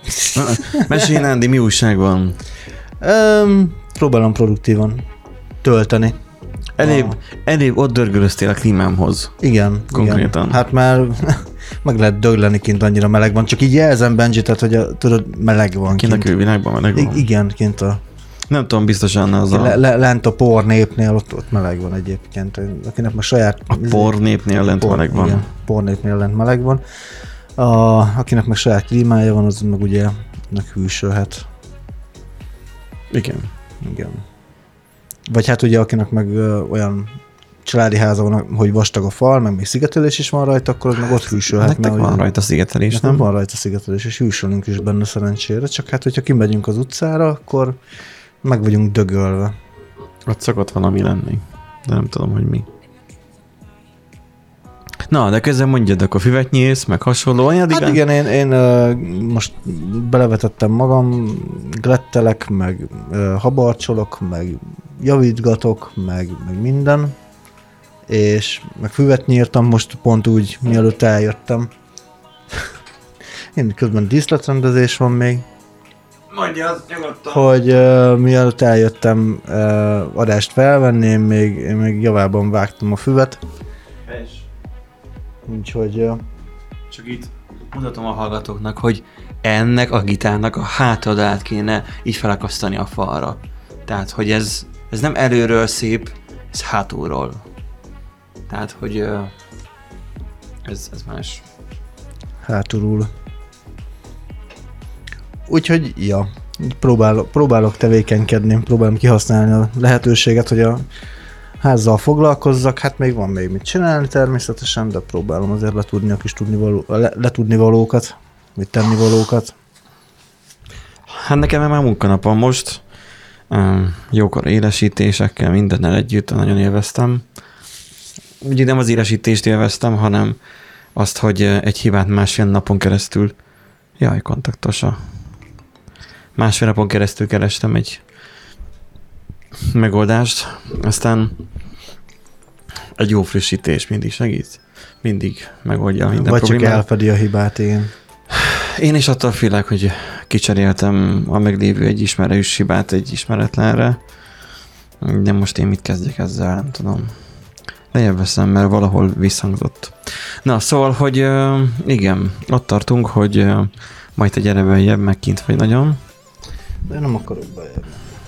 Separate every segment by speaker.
Speaker 1: Mesélj, Nándi, mi újság van?
Speaker 2: Próbálom produktívan tölteni.
Speaker 1: Elébb ott dörgölöztél a klímámhoz.
Speaker 2: Igen.
Speaker 1: Konkrétan.
Speaker 2: Igen. Hát már meg lehet dögleni kint, annyira meleg van. Csak így jelzem, Benji, tehát, hogy tudod, meleg van
Speaker 1: kint. Kint a külvilágban meleg van?
Speaker 2: Igen, kint a...
Speaker 1: Nem tudom, biztosan az
Speaker 2: lent a pornépnél, ott meleg van egyébként. Akinek már saját...
Speaker 1: A pornépnél lent meleg van.
Speaker 2: Igen, pornépnél lent meleg van. Akinek meg saját klímája van, az meg ugye hűsölhet.
Speaker 1: Igen.
Speaker 2: Vagy hát ugye akinek meg olyan családi háza van, hogy vastag a fal, meg még szigetelés is van rajta, akkor az meg ott hűsölhet.
Speaker 1: Nektek van
Speaker 2: ugye,
Speaker 1: rajta szigetelés, nem?
Speaker 2: Van rajta szigetelés, és hűsölünk is benne szerencsére. Csak hát, hogyha kimegyünk az utcára, akkor meg vagyunk dögölve.
Speaker 1: Ott szokott valami lenni, de nem tudom, hogy mi. Na, de közben mondjad, akkor füvet nyírsz, meg hasonló.
Speaker 2: Hát igen, én most belevetettem magam, glettelek, meg habarcsolok, meg javítgatok, meg minden, és meg füvet nyírtam most pont úgy, mielőtt eljöttem. Én közben díszletrendezés van még.
Speaker 1: Mondjad, nyugodtan.
Speaker 2: Hogy mielőtt eljöttem adást felvenni, én még javában vágtam a füvet. Úgyhogy...
Speaker 1: Csak itt mutatom a hallgatóknak, hogy ennek a gitárnak a hátoldalát kéne így felakasztani a falra. Tehát, hogy ez nem előről szép, ez hátulról. Tehát, hogy ez más.
Speaker 2: Hátulul. Úgyhogy, ja, próbálok tevékenykedni, próbálom kihasználni a lehetőséget, hogy a házzal foglalkozzak, hát még van mit csinálni természetesen, de próbálom azért letudni a kis letudnivalókat, vagy tennivalókat.
Speaker 1: Hát nekem már munkanapom most, jókor élesítésekkel, mindennel együtt, nagyon élveztem. Ugye nem az élesítést élveztem, hanem azt, hogy egy hibát másfél napon keresztül, kontaktosa. Másfél napon keresztül kerestem egy megoldást, aztán egy jó frissítés mindig segít, mindig megoldja minden
Speaker 2: vagy
Speaker 1: problémát.
Speaker 2: Vagy csak elfedi a hibát,
Speaker 1: Én is attól félek, hogy kicseréltem a meglévő egy ismerős hibát egy ismeretlenre, de most én mit kezdjek ezzel, nem tudom. Lejjebb veszem, mert valahol visszhangzott. Na, szóval, hogy igen, ott tartunk, hogy majd te gyere beljebb, meg kint vagy nagyon.
Speaker 2: De nem akarok beljebb.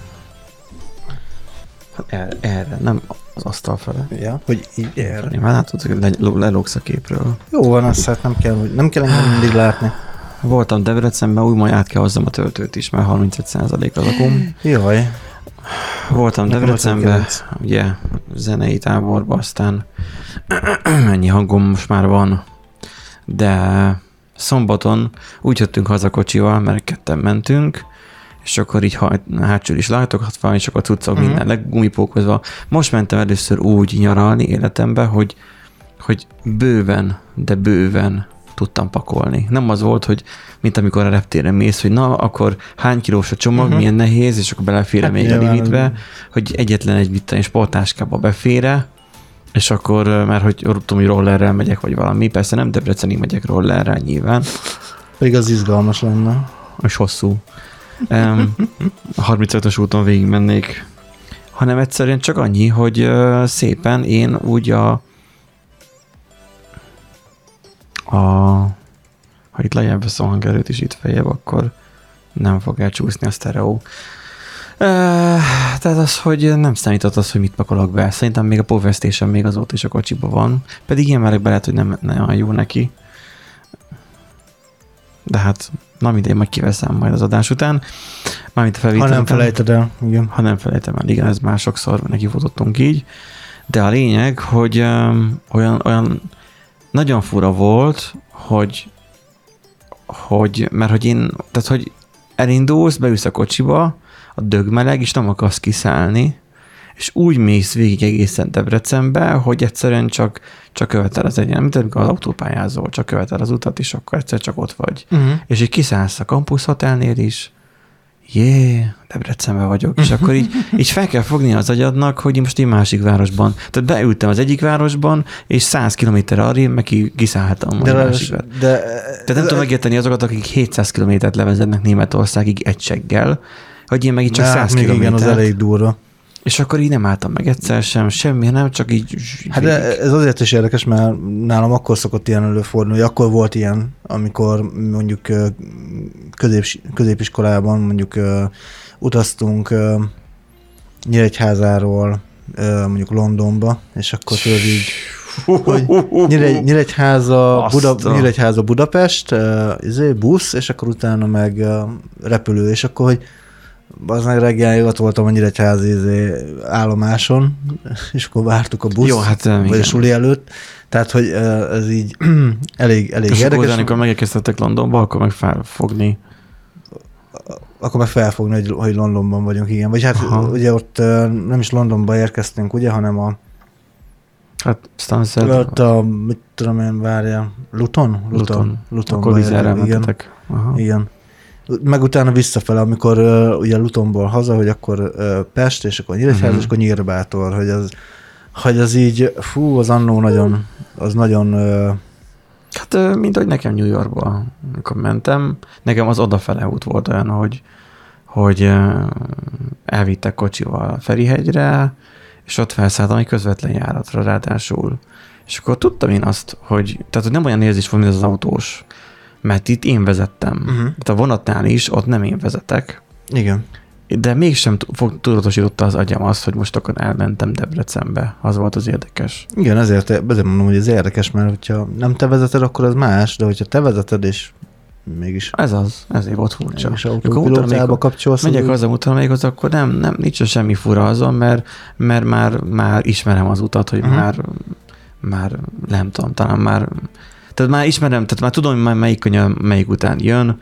Speaker 1: Erre, nem az asztal fele.
Speaker 2: Ja, hogy így erre.
Speaker 1: Én már látod, hogy lelógsz a képről.
Speaker 2: Jó van, azt hát nem kell engem mindig látni.
Speaker 1: Voltam Debrecenben, úgy majd át kell hozzam a töltőt is, mert 35% az akum.
Speaker 2: Jaj.
Speaker 1: Voltam Debrecenben, ugye zenei táborban, aztán ennyi hangom most már van, de szombaton úgy jöttünk haza kocsival, mert ketten mentünk, és akkor így hátsó is látogatva, és akkor cuccok minden legumipókozva. Most mentem először úgy nyaralni életemben, hogy bőven, de bőven tudtam pakolni. Nem az volt, hogy mint amikor a reptéren mész, hogy na, akkor hány kilós a csomag, milyen nehéz, és akkor belefér hát még a limitbe, hogy egyetlen egy sporttáskába befére, és akkor már, hogy tudom, hogy rollerrel megyek, vagy valami, persze nem Debrecenig megyek rollerrel nyilván.
Speaker 2: Pedig az izgalmas lenne.
Speaker 1: És hosszú. A 35-ös úton végig mennék, hanem egyszerűen csak annyi, hogy szépen én úgy ha itt lejjebb vesz a hangerőt is itt feljebb, akkor nem fog elcsúszni a sztereó. Tehát az, hogy nem számított az, hogy mit pakolok be. Szerintem még a Power Station még azóta is a kocsiba van. Pedig ilyen melegben lehet, hogy nem olyan jó neki. De hát, na mindegy, majd kiveszem majd az adás után. Mármint a felvétel.
Speaker 2: Ha nem felejted el, igen.
Speaker 1: Ha nem felejtem el, igen, ez már sokszor nekifutottunk így. De a lényeg, hogy olyan nagyon fura volt, mert hogy én, tehát hogy elindulsz, beülsz a kocsiba, a dögmeleg, és nem akarsz kiszállni, és úgy mész végig egészen Debrecenbe, hogy egyszerűen csak követel az egyen, mint amikor az autópályázol, csak követel az utat, és akkor egyszer csak ott vagy. És így kiszállsz a Campus Hotelnél is, Debrecenben vagyok, és akkor így fel kell fogni az agyadnak, hogy én most egy másik városban. Tehát beültem az egyik városban, és 100 kilométerre arrébb meg kiszálltam a másikra. Tehát nem tudom megérteni azokat, akik 700 kilométert levezetnek Németországig egy seggel, hogy én meg itt csak 100 kilométert.
Speaker 2: Igen, az elég durva.
Speaker 1: És akkor így nem álltam meg egyszer sem, semmi, nem, csak így...
Speaker 2: Hát de ez azért is érdekes, mert nálam akkor szokott ilyen előfordulni, hogy akkor volt ilyen, amikor mondjuk középiskolában mondjuk utaztunk Nyíregyházáról mondjuk Londonba, és akkor tudod így, hogy Nyíregyháza Budapest, busz, és akkor utána meg repülő, és akkor, hogy az meg reggelig ott voltam a Nyíregyházi állomáson, és akkor vártuk a busz,
Speaker 1: jó, hát,
Speaker 2: vagy a suli előtt. Tehát, hogy ez így elég
Speaker 1: és
Speaker 2: érdekes. És
Speaker 1: amikor megérkeztetek Londonba, akkor meg felfogni.
Speaker 2: Akkor meg felfogni, hogy Londonban vagyunk, igen. Vagy hát ugye ott nem is Londonba érkeztünk, ugye, hanem a...
Speaker 1: Hát Stansted.
Speaker 2: Ott mit tudom én, várja, Luton.
Speaker 1: Akkor vízerre mentetek.
Speaker 2: Igen. Meg utána visszafele, amikor ugye Lutonból haza, hogy akkor Pest, és akkor Nyíregyháza, és akkor Nyírbátor, hogy az így, az annó nagyon...
Speaker 1: Hát, mint hogy nekem New Yorkba, amikor mentem, nekem az odafele út volt olyan, hogy elvittek kocsival Ferihegyre, és ott felszálltam egy közvetlen járatra ráadásul. És akkor tudtam én azt, hogy nem olyan érzés volt, mint az autós, mert itt én vezettem. Tehát a vonatnál is, ott nem én vezetek.
Speaker 2: Igen.
Speaker 1: De mégsem tudatosította az agyam azt, hogy most akkor elmentem Debrecenbe. Az volt az érdekes.
Speaker 2: Igen, ezért mondom, hogy ez érdekes, mert hogyha nem te vezeted, akkor az más, de hogyha te vezeted, és mégis...
Speaker 1: Ezért volt furcsa.
Speaker 2: És autópilótába kapcsolsz.
Speaker 1: Megyek haza Mutalamegyhoz, akkor nem nincs semmi fura azon, mert már ismerem az utat, hogy már nem tudom, talán már... Tehát már ismerem, tehát már tudom, hogy melyik után jön.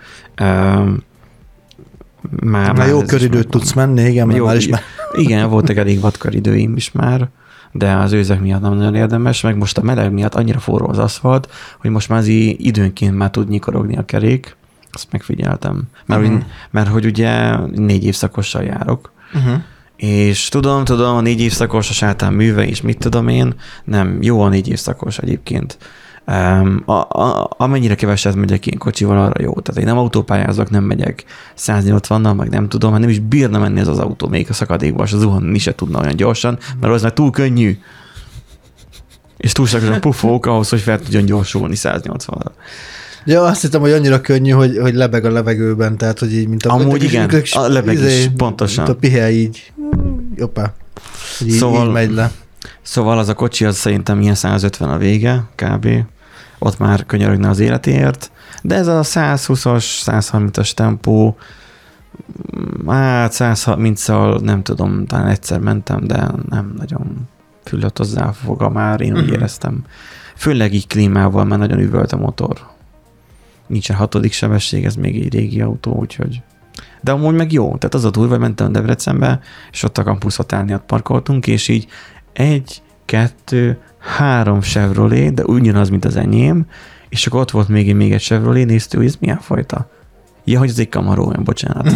Speaker 2: Már jó köridőt tudsz menni, igen,
Speaker 1: jó,
Speaker 2: már ismer.
Speaker 1: Igen, voltak elég vadköridőim is már, de az őzek miatt nem nagyon érdemes, meg most a meleg miatt annyira forró az aszfalt, hogy most már időnként már tud nyikorogni a kerék. Azt megfigyeltem. Mert hogy ugye 4 évszakossal járok, és tudom, a 4 évszakos általán műve is, mit tudom én, nem, jó a 4 évszakos egyébként. Amennyire keveset megyek én kocsival, arra jó. Tehát én nem autópályázok, nem megyek 180-nal, meg nem tudom, hát nem is bírna menni ez az autó, még a szakadékban, és zuhanni se tudna olyan gyorsan, mert az már túl könnyű. És túlságosan pufók ahhoz, hogy fel tudjon gyorsulni 180-ra.
Speaker 2: Ja, azt hittem, hogy annyira könnyű, hogy lebeg a levegőben, tehát, hogy így, mint a...
Speaker 1: Amúgy igen, a lebeg is, pontosan.
Speaker 2: Mint a pihe így, jobbá, így megy le.
Speaker 1: Szóval az a kocsi, az szerintem ilyen 150 a vége, kb. Ott már könyörögne az életéért, de ez a 120-as, 130-as tempó, hát 130-szal nem tudom, talán egyszer mentem, de nem nagyon fülött hozzá a foga már, én úgy éreztem. Főleg így klímával, mert nagyon üvölt a motor. Nincsen 6. sebesség, ez még egy régi autó, úgyhogy... De amúgy meg jó, tehát az a durva, hogy mentem Debrecenbe, és ott a Campus Hotelnél ott parkoltunk, és így 1, 2, 3 Chevrolet, de ugyanaz, mint az enyém, és akkor ott volt még egy Chevrolet, néztük, hogy ez milyen fajta. Ja, hogy ez egy Camaro, bocsánat.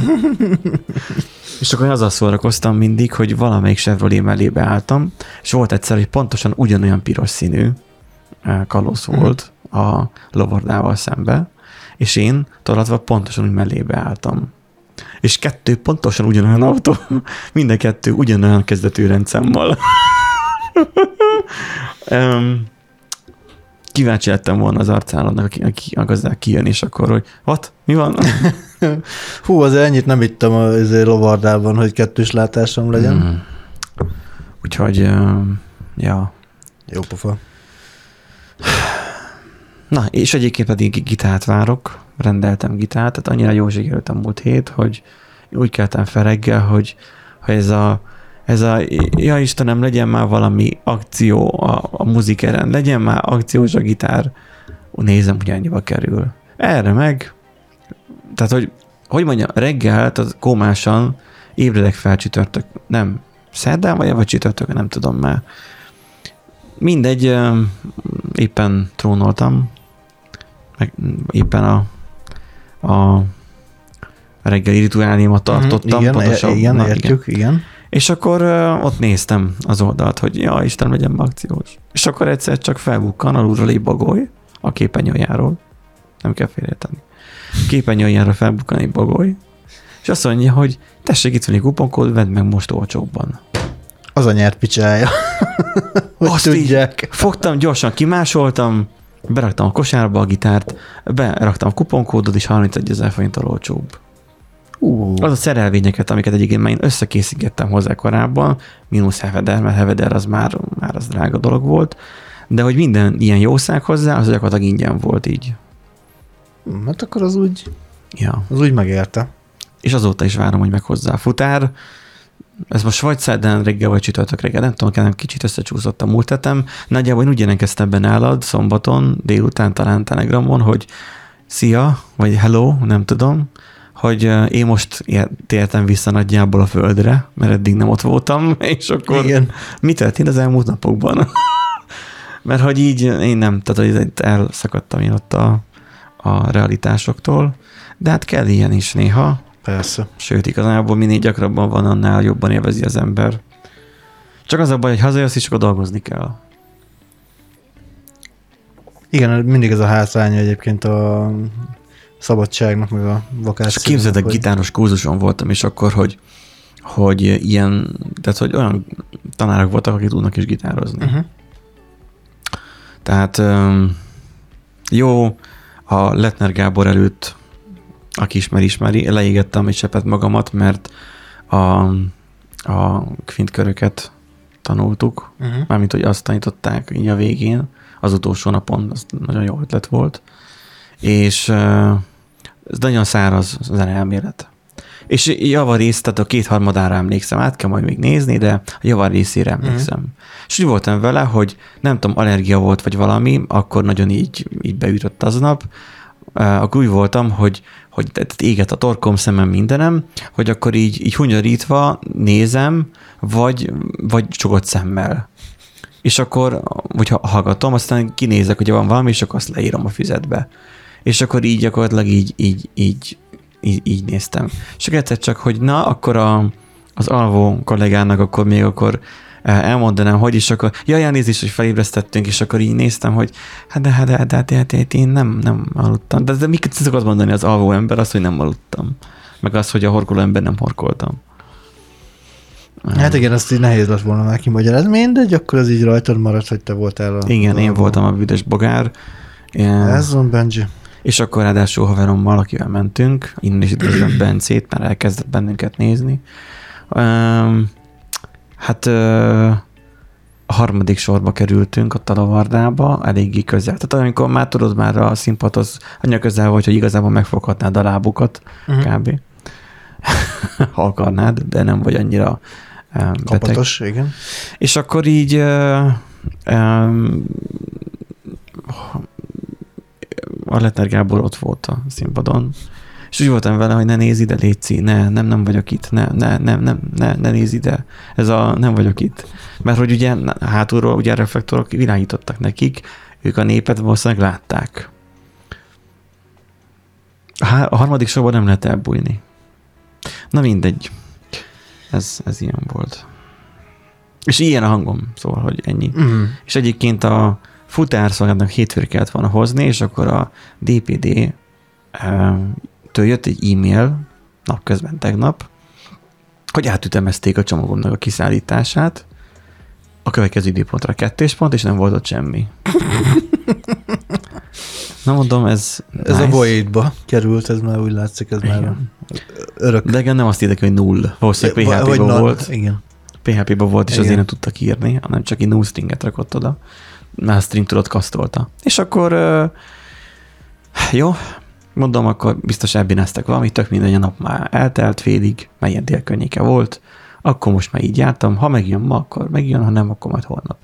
Speaker 1: És akkor azzal szórakoztam mindig, hogy valamelyik Chevrolet mellébe álltam, és volt egyszer, hogy pontosan ugyanolyan piros színű kalosz volt a lovardával szembe, és én tolatva pontosan úgy mellébe álltam. És 2 pontosan ugyanolyan autó, minden 2 ugyanolyan kezdetű rendszámmal. Kíváncsi lettem volna az arcán annak, aki a gazdák kijön, és akkor, hogy what? Mi van?
Speaker 2: Hú, azért ennyit nem ittem a lovardában, hogy 2 látásom legyen.
Speaker 1: Úgyhogy, ja.
Speaker 2: Jó pofa.
Speaker 1: Na, és egyébként pedig gitárt várok, rendeltem gitárt, tehát annyira jól sikerült a múlt hét, hogy úgy keltem fel reggel, hogy ez a ja Istenem, legyen már valami akció a muzikeren, legyen már akciós a gitár. Nézem, hogy annyiba kerül. Erre meg, tehát hogy mondjam, reggel, tehát kómásan ébredek fel csütörtök, nem, szerdán vagy csütörtök, nem tudom már. Mindegy, éppen trónoltam, meg éppen reggeli rituálimat tartottam.
Speaker 2: Igen, értjük, igen.
Speaker 1: És akkor ott néztem az oldalt, hogy ja, Isten, legyen akciós. És akkor egyszer csak felbukkan alulról egy bagoly a képernyőjáról. Nem kell félretenni. Képernyőjáról felbukkan egy bagoly, és azt mondja, hogy tessék, itt van egy kuponkód, vedd meg most olcsóbban.
Speaker 2: Az a nyert picsája. Hogy
Speaker 1: azt
Speaker 2: tudják.
Speaker 1: így fogtam, gyorsan kimásoltam, beraktam a kosárba a gitárt, beraktam a kuponkódot, és 31 000 forinttal olcsóbb. Az a szerelvényeket, amiket egyébként már én összekészítettem hozzá korábban, mínusz Heveder, mert Heveder az már az drága dolog volt, de hogy minden ilyen jószág hozzá, az gyakorlatilag ingyen volt így.
Speaker 2: Hát akkor az úgy megérte.
Speaker 1: És azóta is várom, hogy meghozza a futár. Ez most vagy szerdán reggel, vagy csütörtök reggel, nem tudom, kicsit összecsúszott a múlt hetem. Nagyjából én úgy jelentkeztem be nálad szombaton, délután talán Telegramon, hogy szia, vagy hello, nem tudom, hogy én most tértem vissza nagyjából a földre, mert eddig nem ott voltam, és akkor igen. Mi történt az elmúlt napokban? Mert hogy így én nem, tehát hogy elszakadtam én ott a realitásoktól, de hát kell ilyen is néha.
Speaker 2: Persze.
Speaker 1: Sőt, igazából minél gyakrabban van, annál jobban élvezi az ember. Csak az a baj, hogy hazajössz, és akkor dolgozni kell.
Speaker 2: Igen, mindig ez a hátránya egyébként a szabadságnak, meg a vakációnak.
Speaker 1: És képzeld, hogy gitáros kurzuson voltam, és akkor, hogy ilyen, tehát hogy olyan tanárok voltak, akik tudnak is gitározni. Uh-huh. Tehát jó, a Letner Gábor előtt, aki ismeri, leégettem egy sepet magamat, mert a kvintköröket tanultuk, mármint, hogy azt tanították így a végén, az utolsó napon, az nagyon jó ötlet volt, és ez nagyon száraz zeneelmélet. És javarészt, tehát a 2/3 emlékszem, át kell majd még nézni, de a javarésére emlékszem. És úgy voltam vele, hogy nem tudom, allergia volt, vagy valami, akkor nagyon így beütött aznap, akkor úgy voltam, hogy éget a torkom, szemem, mindenem, hogy akkor így hunyorítva nézem, vagy csukott szemmel. És akkor, hogyha hallgatom, aztán kinézek, hogy van valami, és akkor azt leírom a füzetbe. És akkor így gyakorlatilag így néztem. És akkor egyszer csak, hogy na, akkor az alvó kollégának akkor még akkor elmondanám, hogy is akkor, jaj, elnézést, hogy felébresztettünk, és akkor így néztem, hogy hát én nem aludtam. De mit szokott mondani az alvó ember? Az, hogy nem aludtam. Meg az, hogy a horkoló ember nem horkoltam.
Speaker 2: Hát igen, azt így nehéz lett volna neki magyarázni, mindegy, akkor az így rajtad maradt, hogy te voltál
Speaker 1: igen, én voltam a büdös bogár.
Speaker 2: Ez van, Benji.
Speaker 1: És akkor ráadásul haverommal, akivel mentünk, innen is üdvözlöm Bencét, mert elkezdett bennünket nézni. A harmadik sorba kerültünk ott a lavardába, eléggé közel. Tehát amikor már tudod, már a színpadhoz annyira közel vagy, hogy igazából megfoghatnád a lábukat, kb. Ha akarnád, de nem vagy annyira beteg.
Speaker 2: Kapatos, igen.
Speaker 1: És akkor így a Letner Gábor ott volt a színpadon, és úgy voltam vele, hogy ne nézz ide, létszi, nem vagyok itt, ne nézz ide, nem vagyok itt. Mert hogy ugye hátulról ugye a reflektorok világítottak nekik, ők a népet valószínűleg látták. A harmadik sorban nem lehet elbújni. Na mindegy. Ez ilyen volt. És ilyen a hangom, szóval, hogy ennyi. És egyébként a futárszolgálatnak hétfőre kellett volna hozni, és akkor a DPD től jött egy e-mail napközben tegnap, hogy átütemezték a csomagomnak a kiszállítását a következő időpontra 2 pont, és nem volt ott semmi. Na mondom, ez
Speaker 2: nice. A Void-ba került, ez már úgy látszik, ez igen. Már örök.
Speaker 1: De igen, nem azt írták, hogy 0. Valószínűleg PHP-ban volt.
Speaker 2: Igen.
Speaker 1: PHP-ban volt, és igen. Azért nem tudtak írni, hanem csak egy null stringet rakott oda. Már a string tudott kasztolta. És akkor jó, mondom, akkor biztos elbináztak valamit, tök mindegy, a nap már eltelt félig, már ilyen délkörnyéke volt, akkor most már így jártam, ha megjön ma, akkor megjön, ha nem, akkor majd holnap.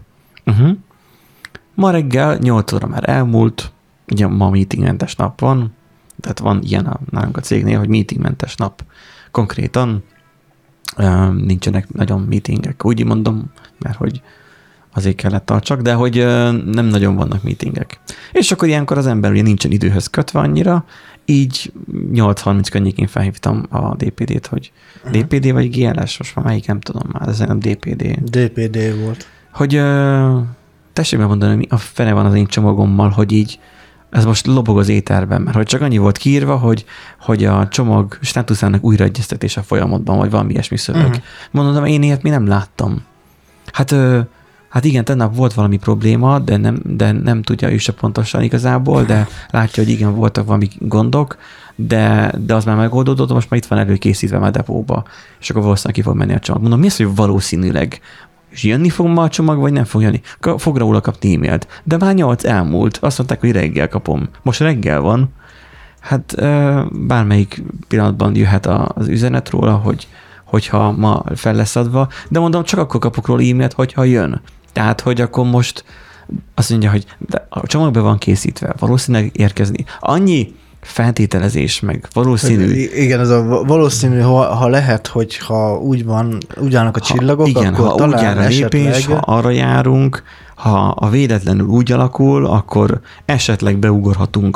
Speaker 1: Ma reggel 8 óra már elmúlt, ugye ma meetingmentes nap van, tehát van ilyen nálunk a cégnél, hogy meetingmentes nap. Konkrétan nincsenek nagyon meetingek, úgy mondom, mert hogy azért kellett tartsak, de hogy nem nagyon vannak meetingek. És akkor ilyenkor az ember ugye nincsen időhöz kötve annyira, így 8:30 környékén felhívtam a DPD-t, hogy DPD vagy GLS, most már melyik, nem tudom már, ez nem DPD.
Speaker 2: DPD volt.
Speaker 1: Hogy tessék megmondani, mi a fene van az én csomagommal, hogy így ez most lobog az éterben, mert hogy csak annyi volt kiírva, hogy a csomag státuszának újraegyeztetése folyamatban, vagy valami ilyesmi szöveg. Mondom, én ilyet mi nem láttam. Hát igen, tegnap volt valami probléma, de nem tudja ő se pontosan igazából, de látja, hogy igen, voltak valami gondok, de az már megoldódott, most már itt van előkészítve már depóba, és akkor valószínűleg ki fog menni a csomag. Mondom, mi az, hogy valószínűleg? És jönni fog ma a csomag, vagy nem fog jönni? Fog róla kapni e-mailt. De már 8 elmúlt. Azt mondták, hogy reggel kapom. Most reggel van. Hát bármelyik pillanatban jöhet az üzenet róla, hogyha ma fel lesz adva, de mondom, csak akkor kapok róla e-mailt, hogyha jön. Tehát, hogy akkor most azt mondja, hogy de a csomag be van készítve, valószínűleg érkezni. Annyi feltételezés, meg valószínű.
Speaker 2: Igen, ez a valószínű, ha lehet, hogy ha úgy állnak a csillagok,
Speaker 1: igen,
Speaker 2: akkor
Speaker 1: ha
Speaker 2: talán
Speaker 1: úgy jár a lépés,
Speaker 2: esetleg...
Speaker 1: ha arra járunk, ha a véletlenül úgy alakul, akkor esetleg beugorhatunk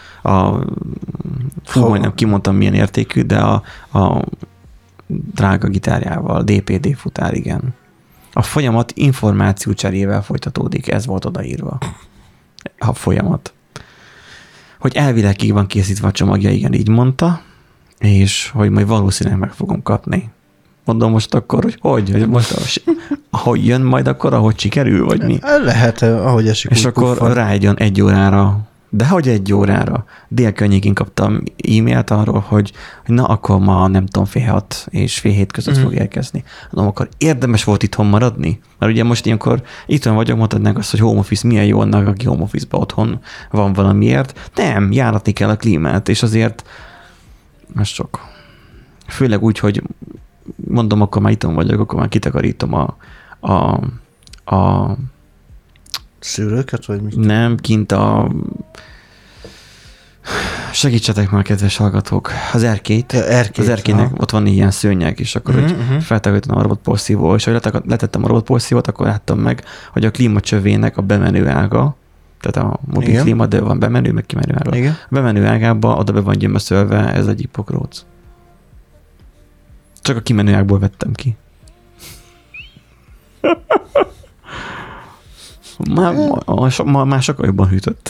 Speaker 1: majdnem kimondtam milyen értékű, de a drága gitárjával, DPD futár, igen. A folyamat információcserével folytatódik, ez volt odaírva. A folyamat. Hogy elvileg ki van készítve a csomagja, igen, így mondta, és hogy majd valószínűleg meg fogom kapni. Mondom most akkor, hogy most ahogy jön majd akkor, ahogy sikerül, vagy mi?
Speaker 2: Lehet, ahogy esik.
Speaker 1: És akkor rájön 1 órára, de hogy 1 órára? Délkörnyékén kaptam e-mailt arról, hogy na akkor ma nem tudom, 6:30 és 7:30 között fog érkezni. Mondom, akkor érdemes volt itthon maradni? Mert ugye most ilyenkor itthon vagyok, mondhatnánk azt, hogy home office milyen jó annak, aki home office-ban otthon van valamiért. Nem, járatni kell a klímát, és azért most sok. Főleg úgy, hogy mondom, akkor már itthon vagyok, akkor már kitakarítom a
Speaker 2: szűrőket, vagy mit?
Speaker 1: Nem, kint segítsetek már, kedves hallgatók, az erkélyt.
Speaker 2: Ja,
Speaker 1: az erkélynek ott van ilyen szőnyeg, és akkor hogy feltakarítom a robotporszívó, és ahogy letettem a robotporszívót, akkor láttam meg, hogy a klímacsövének a bemenő ága, tehát a mobil
Speaker 2: igen.
Speaker 1: klíma, de van bemenő, meg kimenő ága.
Speaker 2: Igen.
Speaker 1: A bemenő ágába oda be van gyömöszölve ez egy hipokróc. Csak a kimenő ágból vettem ki. Már sokkal jobban hűtött.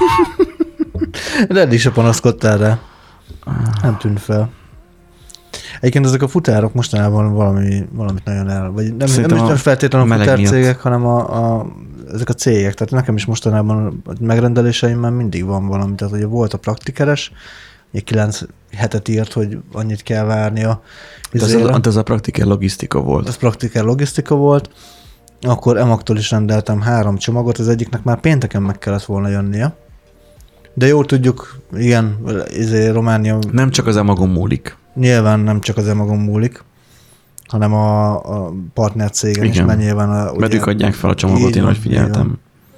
Speaker 2: De eddig se panaszkodtál rá. Nem tűnt fel. Egyébként ezek a futárok mostanában valamit nagyon vagy nem feltétlenül a futárcégek, hanem ezek a cégek. Tehát nekem is mostanában a megrendeléseimben mindig van valami. Tehát ugye volt a praktikeres, 9 hetet írt, hogy annyit kell várnia.
Speaker 1: Ez a praktiker logisztika volt.
Speaker 2: Ez praktiker logisztika volt. Akkor Emaktól is rendeltem 3 csomagot, az egyiknek már pénteken meg kellett volna jönnie. De jól tudjuk, igen, Románia...
Speaker 1: Nem csak az Emagon múlik.
Speaker 2: Nyilván nem csak az Emagon múlik, hanem a partner cégen is, mert nyilván...
Speaker 1: Mert ők adják fel a csomagot, én hogy figyeltem.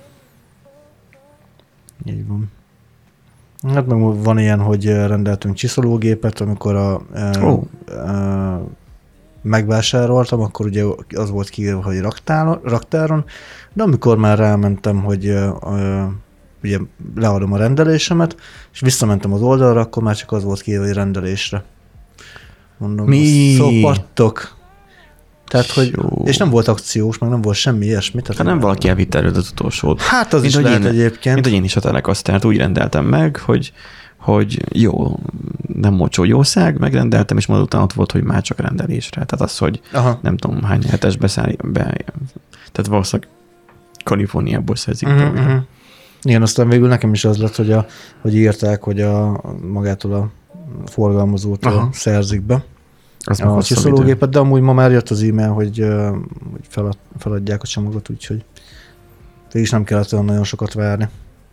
Speaker 2: Így van. Hát meg van ilyen, hogy rendeltünk csiszológépet, amikor megvásároltam, akkor ugye az volt kiírva, hogy raktáron, de amikor már rámentem, hogy ugye leadom a rendelésemet, és visszamentem az oldalra, akkor már csak az volt kiírva, hogy rendelésre. Mondom, szopattok. Tehát, hogy, és nem volt akciós, meg nem volt semmi ilyesmi.
Speaker 1: Hát nem valaki elvitte előtt az utolsót.
Speaker 2: Hát az is lehet egyébként.
Speaker 1: Mint hogy én is a telekasztárt úgy rendeltem meg, hogy jó, nem mocsó jószág, megrendeltem, és majd utána ott volt, hogy már csak rendelésre. Tehát az, hogy nem tudom hány hetes tehát valószínűleg Kaliforniából szerzik.
Speaker 2: Igen, aztán végül nekem is az lett, hogy írták, hogy magától a forgalmazótól szerzik be a csiszológépet, de amúgy ma már jött az e-mail, hogy feladják a csomagot, úgyhogy végig nem kellett olyan nagyon sokat várni.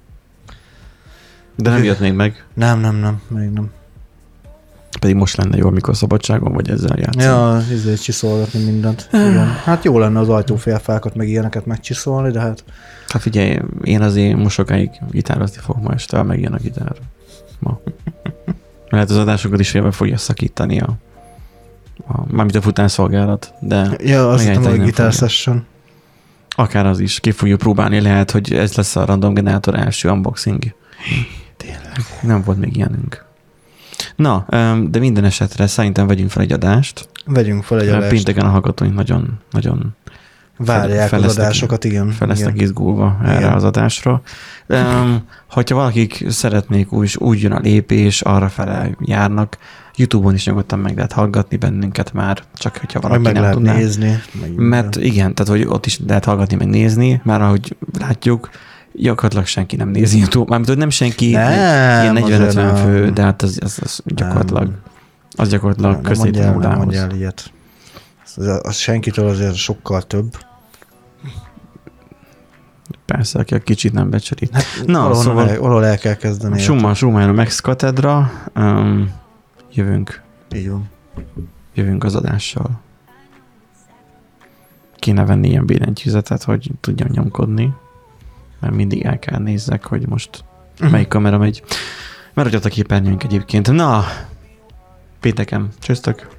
Speaker 1: De nem jött még meg?
Speaker 2: Nem, még nem.
Speaker 1: Pedig most lenne jó, amikor szabadságon vagy ezzel játszani.
Speaker 2: Ja, csiszolgatni mindent. Igen. Hát jó lenne az ajtófélfákat, meg ilyeneket megcsiszolni, de hát...
Speaker 1: Hát figyelj, én azért most sokáig gitározni fogok ma este, megjön a gitár. Ma. Lehet az adásokat is félbe fogja szakítani mármint a futánszolgálat, de...
Speaker 2: Ja, azt hittem, hogy gitár session.
Speaker 1: Akár az is, ki fogjuk próbálni, lehet, hogy ez lesz a random generátor első unboxing. Tényleg, nem volt még ilyenünk. Na, de minden esetre szerintem vegyünk fel egy adást.
Speaker 2: Vegyünk fel egy adást.
Speaker 1: Pénteken a hallgatóink nagyon
Speaker 2: várják az adásokat, igen.
Speaker 1: Fel lesznek izgulva erre
Speaker 2: igen.
Speaker 1: az adásra. Hogyha valakik szeretnék úgy jön a lépés, arra fele járnak, YouTube-on is nyugodtan meg lehet hallgatni bennünket már, csak hogyha valaki
Speaker 2: meg
Speaker 1: nem
Speaker 2: lehet
Speaker 1: tudná.
Speaker 2: nézni.
Speaker 1: Mert igen, tehát hogy ott is lehet hallgatni, meg nézni, már ahogy látjuk, gyakorlatilag senki nem nézi YouTube. Mármint, hogy nem senki, ilyen 40-50 fő, de hát az gyakorlatilag közép nullához.
Speaker 2: Nem mondjál ilyet. Az senkitől azért sokkal több.
Speaker 1: Persze, aki a kicsit nem becsörít.
Speaker 2: Hát,
Speaker 1: na, szóval
Speaker 2: valahol el kell kezdeni.
Speaker 1: Schumann Max Katedra. Jövünk.
Speaker 2: Így van.
Speaker 1: Jövünk az adással. Kéne venni ilyen billentyűzetet, hogy tudjam nyomkodni. Mert mindig el kell nézzek, hogy most melyik kamera megy. Mert hogy ott a képernyőnk egyébként. Na, pénteken. Csöztök.